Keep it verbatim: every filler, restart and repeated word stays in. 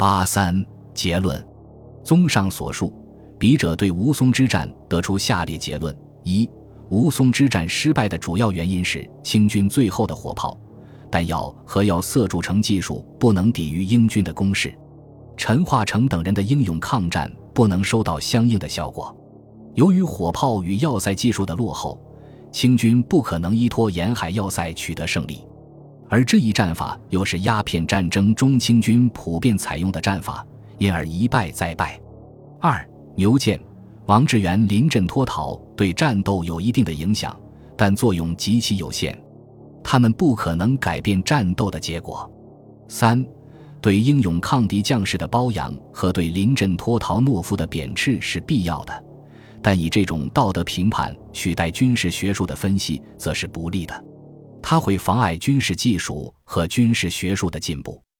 八三结论。综上所述，笔者对吴淞之战得出下列结论：一、吴淞之战失败的主要原因是清军最后的火炮、弹药和药色铸成技术不能抵御英军的攻势，陈化成等人的英勇抗战不能收到相应的效果。由于火炮与要塞技术的落后，清军不可能依托沿海要塞取得胜利，而这一战法又是鸦片战争中清军普遍采用的战法，因而一败再败。二、牛建、王志元临阵脱逃对战斗有一定的影响，但作用极其有限，他们不可能改变战斗的结果。三、对英勇抗敌将士的褒扬和对临阵脱逃懦夫的贬斥是必要的，但以这种道德评判取代军事学术的分析则是不利的，它会妨碍军事技术和军事学术的进步。